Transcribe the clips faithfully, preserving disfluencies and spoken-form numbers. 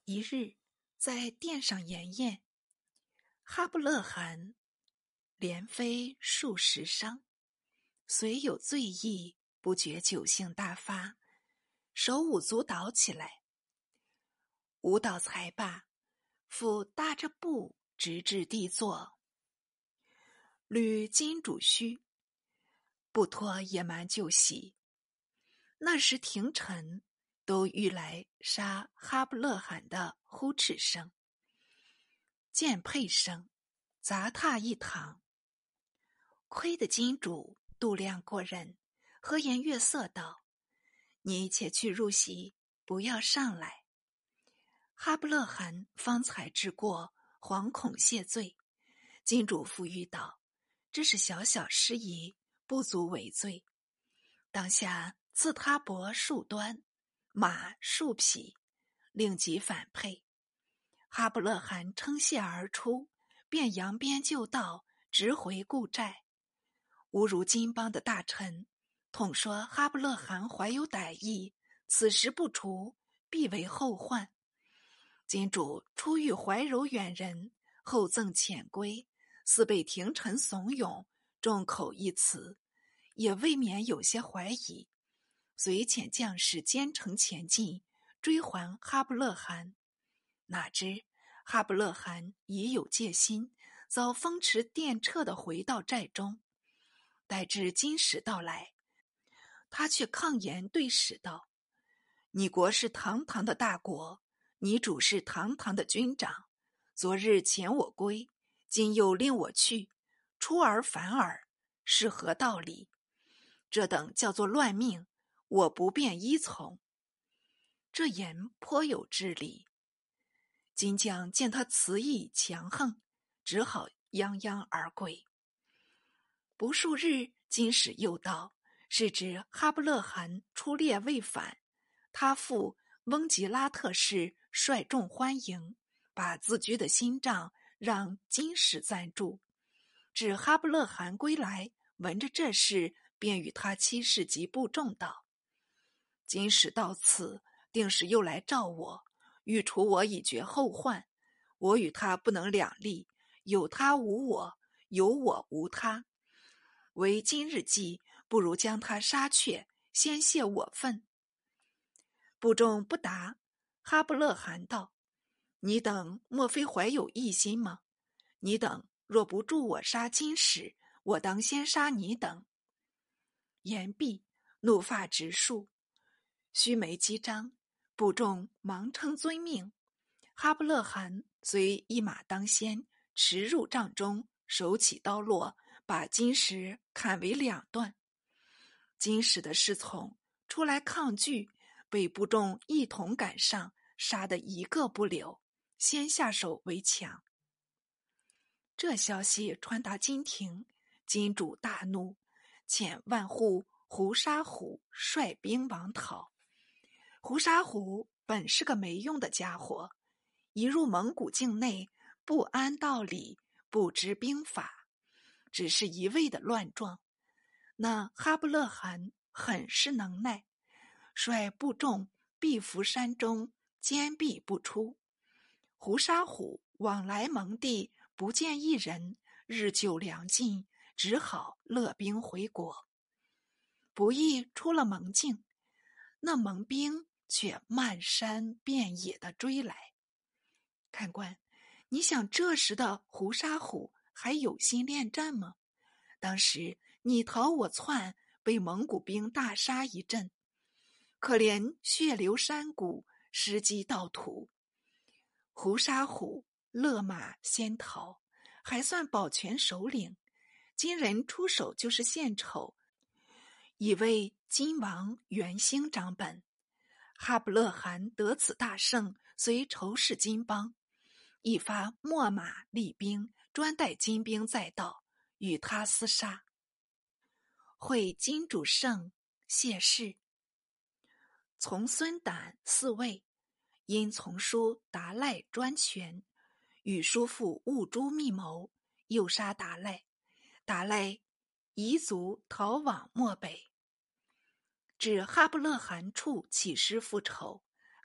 一日，在殿上筵宴，哈布勒汗连飞数十觞，虽有醉意，不觉酒兴大发，手舞足蹈起来。舞蹈才罢，复搭着步直至地坐，履金主须，不脱野蛮就喜。那时廷臣都欲来杀哈布勒汗的呼哧声、剑佩声，杂沓一堂。亏得金主度量过人，和颜悦色道：“你且去入席，不要上来。”哈布勒汗方才知过，惶恐谢罪。金主复谕道：“这是小小失仪，不足为罪。”当下赐他帛数端，马数匹，令即反配。哈布勒汗称谢而出，便扬鞭就道，直回故寨。侮辱金邦的大臣统说哈布勒汗怀有歹意，此时不除，必为后患。金主初遇怀柔远人，后赠遣归，似被廷臣怂恿，众口一词，也未免有些怀疑，遂遣将士兼程前进，追还哈布勒汗。哪知哈布勒汗已有戒心，早风驰电掣地回到寨中。待至金使到来，他却抗言对使道：“你国是堂堂的大国，你主是堂堂的军长，昨日遣我归，今又令我去，出尔反尔，是何道理？这等叫做乱命，我不便依从。”这言颇有之理。金将见他辞意强横，只好泱泱而归。不数日，金使又到，是指哈布勒汗出猎未返，他父翁吉拉特氏率众欢迎，把自居的新帐让金使暂住。至哈布勒汗归来，闻着这事，便与他妻室及部众道：“金使到此，定是又来召我，欲除我以绝后患。我与他不能两立，有他无我，有我无他。为今日计，不如将他杀却，先泄我愤。”部众不答。哈布勒汗道：“你等莫非怀有异心吗？你等若不助我杀金使，我当先杀你等。”言毕，怒发直竖，须眉激张，部众忙称遵命。哈布勒汗遂一马当先，驰入帐中，手起刀落，把金使砍为两段。金使的侍从出来抗拒，被部众一同赶上，杀得一个不留，先下手为强。这消息传达金庭，金主大怒，遣万户胡沙虎率兵王讨。胡沙虎本是个没用的家伙，一入蒙古境内，不谙道理，不知兵法，只是一味的乱撞。那哈布勒汗很是能耐，率部众避伏山中，坚壁不出。胡沙虎往来蒙地，不见一人，日久粮尽，只好勒兵回国。不意出了蒙境，那蒙兵却漫山遍野的追来。看官，你想这时的胡沙虎还有心恋战吗？当时你逃我窜，被蒙古兵大杀一阵，可怜血流山谷，尸积道土。胡沙虎勒马先逃，还算保全首领，金人出手就是献丑，以为金王元兴长本。哈布勒汗得此大胜，遂仇视金邦，一发秣马厉兵，专待金兵再到，与他厮杀。会金主圣谢氏，从孙胆嗣位，因从叔达赖专权，与叔父兀珠密谋，诱杀达赖。达赖夷族逃往漠北，至哈布勒汗处起师复仇，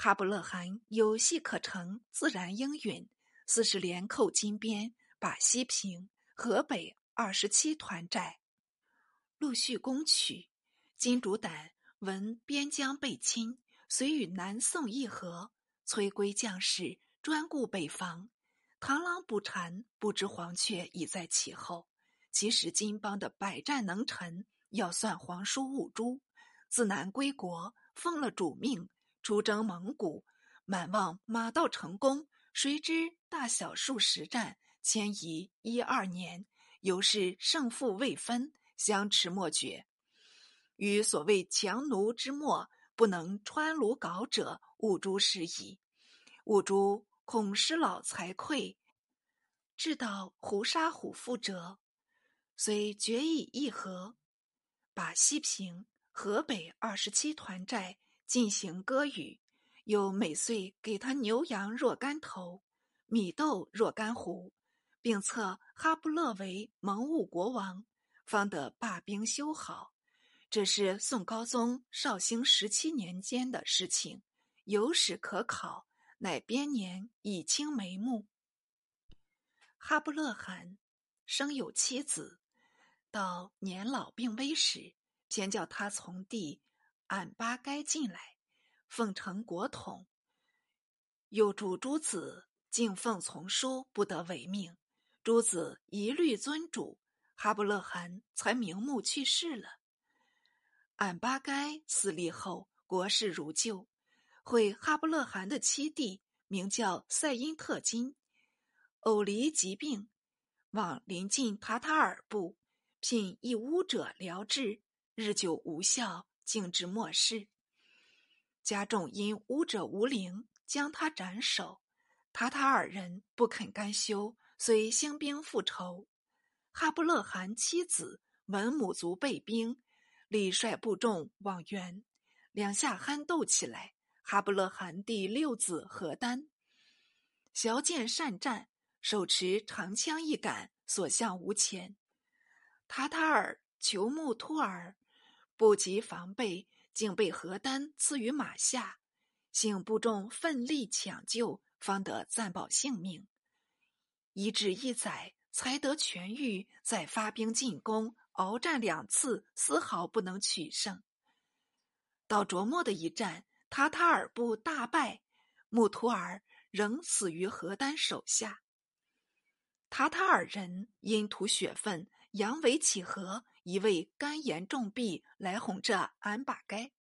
哈布勒汗有戏可乘，自然应允，四十连寇金边，把西平、河北二十七团寨陆续攻取。金主胆闻边疆被侵，遂与南宋议和，催归将士专顾北防。螳螂捕蝉，不知黄雀已在其后。其实金邦的百战能臣，要算皇叔兀珠，自南归国，奉了主命，出征蒙古，满望马到成功。谁知大小数十战，迁移一二年，犹是胜负未分，相持莫决。与所谓强弩之末，不能穿颅稿者，兀珠是矣。兀珠恐师老财匮，至到胡沙虎腹折，遂决意议和，把西平、河北二十七团寨进行割予，又每岁给他牛羊若干头，米豆若干斛，并册哈布勒为蒙兀国王，方得罢兵修好。这是宋高宗绍兴十七年间的事情，有史可考，乃编年已清眉目。哈布勒汗生有妻子，到年老病危时，偏叫他从弟俺巴该进来，奉承国统，又嘱诸子敬奉从书，不得违命。诸子一律遵主，哈布勒汗才瞑目去世了。俺巴该死立后，国事如旧。会哈布勒汗的七弟名叫赛因特金，偶离疾病，往临近塔塔尔部，聘一巫者疗治，日久无效，竟至末世。家众因巫者无灵，将他斩首。塔塔尔人不肯甘休，遂兴兵复仇。哈布勒汗妻子闻母族被兵，立率部众往援，两下酣斗起来。哈布勒汗第六子何丹，骁剑善战，手持长枪一杆，所向无前。塔塔尔求木突尔不及防备，竟被何丹刺于马下，幸部众奋力抢救，方得暂保性命。医治一载，才得痊愈，再发兵进攻，鏖战两次，丝毫不能取胜。到着末的一战，塔塔尔部大败，木图尔仍死于何丹手下。塔塔尔人因吐血愤，扬为起和，一位肝炎重痹来哄着俺把该。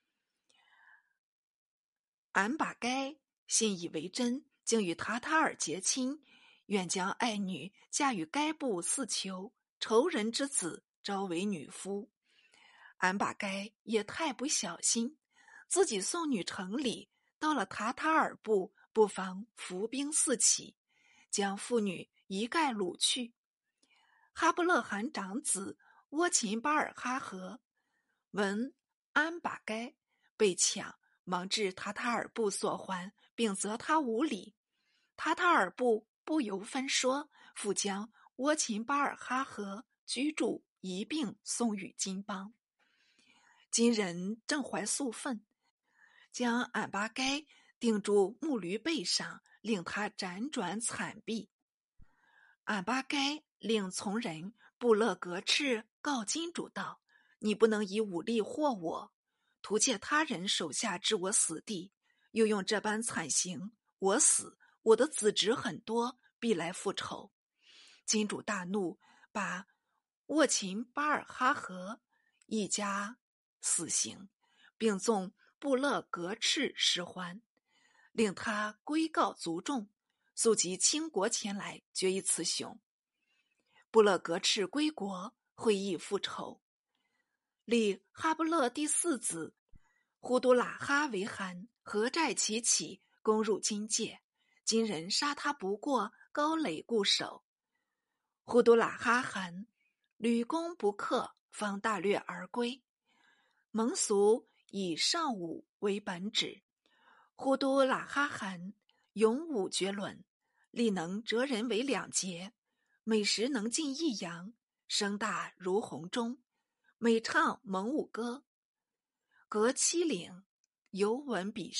俺把该信以为真，竟与塔塔尔结亲，愿将爱女嫁与该部四囚，仇人之子招为女夫。俺把该也太不小心，自己送女成礼，到了塔塔尔部，不妨伏兵四起，将妇女一概掳去。哈布勒汗长子窝秦巴尔哈和闻安把该被抢，忙至塔塔尔部所还，并责他无礼。塔塔尔部不由分说，复将窝秦巴尔哈和居住一并送与金邦。金人正怀宿愤，将俺巴该钉住木驴背上，令他辗转惨毙。俺巴该令从人布勒格赤告金主道：你不能以武力惑我，图借他人手下置我死地，又用这般惨刑，我死，我的子侄很多，必来复仇。金主大怒，把沃秦巴尔哈和一家死刑，并纵布勒格赤释还，令他归告族众，速即倾国前来决一雌雄。布勒格赤归国，会意复仇，立哈布勒第四子忽都拉哈为汗，合寨齐起，攻入金界。金人杀他不过，高垒固守。忽都拉哈汗屡攻不克，方大略而归。蒙俗以尚武为本旨，忽都拉哈汗勇武绝伦，力能折人为两截，每时能进一阳，声大如洪钟，每唱蒙武歌，隔七岭，犹闻彼声，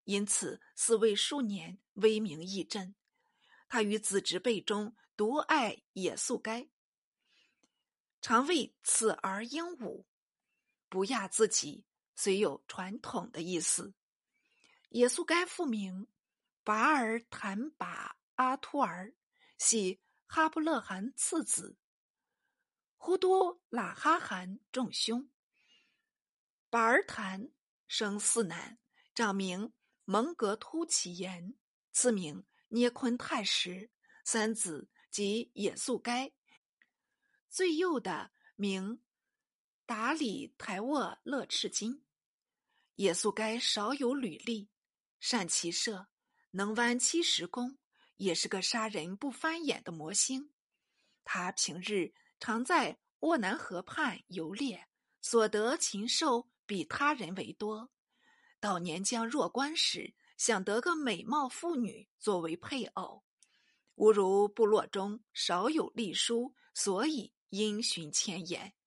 因此四位数年威名益振。他于子侄辈中独爱野宿该，常谓此儿英武，不亚自己，虽有传统的意思。野宿该复名拔尔坦把阿图尔，系哈布勒汗次子，忽都喇哈汗众兄。拔尔坦生四男，长名蒙格突其言，次名捏昆泰什，三子即野宿该，最幼的名达里台沃勒赤金。野宿该少有履历，善骑射，能弯七十弓，也是个杀人不翻眼的魔星。他平日常在沃南河畔游猎，所得禽兽比他人为多。到年将弱冠时，想得个美貌妇女作为配偶，吾如部落中少有隶书，所以因循迁延。